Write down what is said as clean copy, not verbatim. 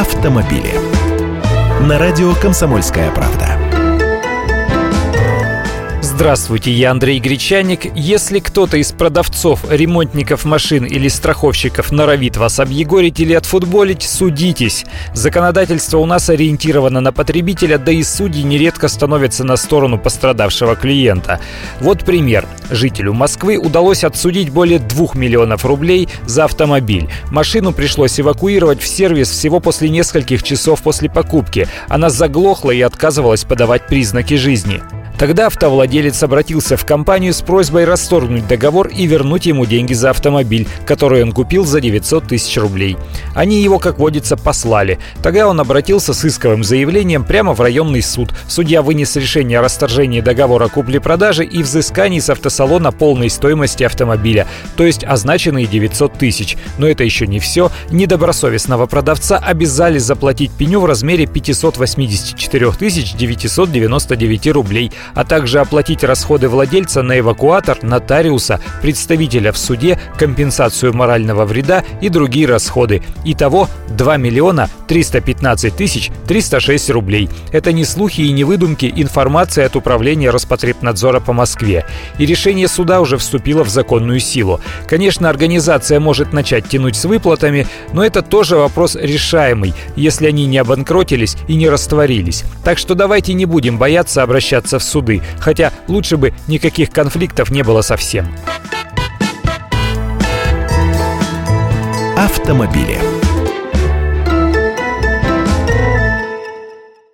автомобили. На радио «Комсомольская правда». Здравствуйте, я Андрей Гречаник. Если кто-то из продавцов, ремонтников машин или страховщиков норовит вас объегорить или отфутболить, судитесь. Законодательство у нас ориентировано на потребителя, да и судьи нередко становятся на сторону пострадавшего клиента. Вот пример. Жителю Москвы удалось отсудить более 2 миллионов рублей за автомобиль. Машину пришлось эвакуировать в сервис всего после нескольких часов после покупки. Она заглохла и отказывалась подавать признаки жизни. Тогда автовладелец обратился в компанию с просьбой расторгнуть договор и вернуть ему деньги за автомобиль, который он купил за 900 тысяч рублей. Они его, как водится, послали. Тогда он обратился с исковым заявлением прямо в районный суд. Судья вынес решение о расторжении договора купли-продажи и взыскании с автосалона полной стоимости автомобиля, то есть означенные 900 тысяч. Но это еще не все. Недобросовестного продавца обязали заплатить пеню в размере 584 999 рублей, а также оплатить расходы владельца на эвакуатор, нотариуса, представителя в суде, компенсацию морального вреда и другие расходы. Итого 2 миллиона 315 тысяч 306 рублей. Это не слухи и не выдумки, информация от Управления Роспотребнадзора по Москве. И решение суда уже вступило в законную силу. Конечно, организация может начать тянуть с выплатами, но это тоже вопрос решаемый, если они не обанкротились и не растворились. Так что давайте не будем бояться обращаться в суды, хотя лучше бы никаких конфликтов не было совсем. Автомобили.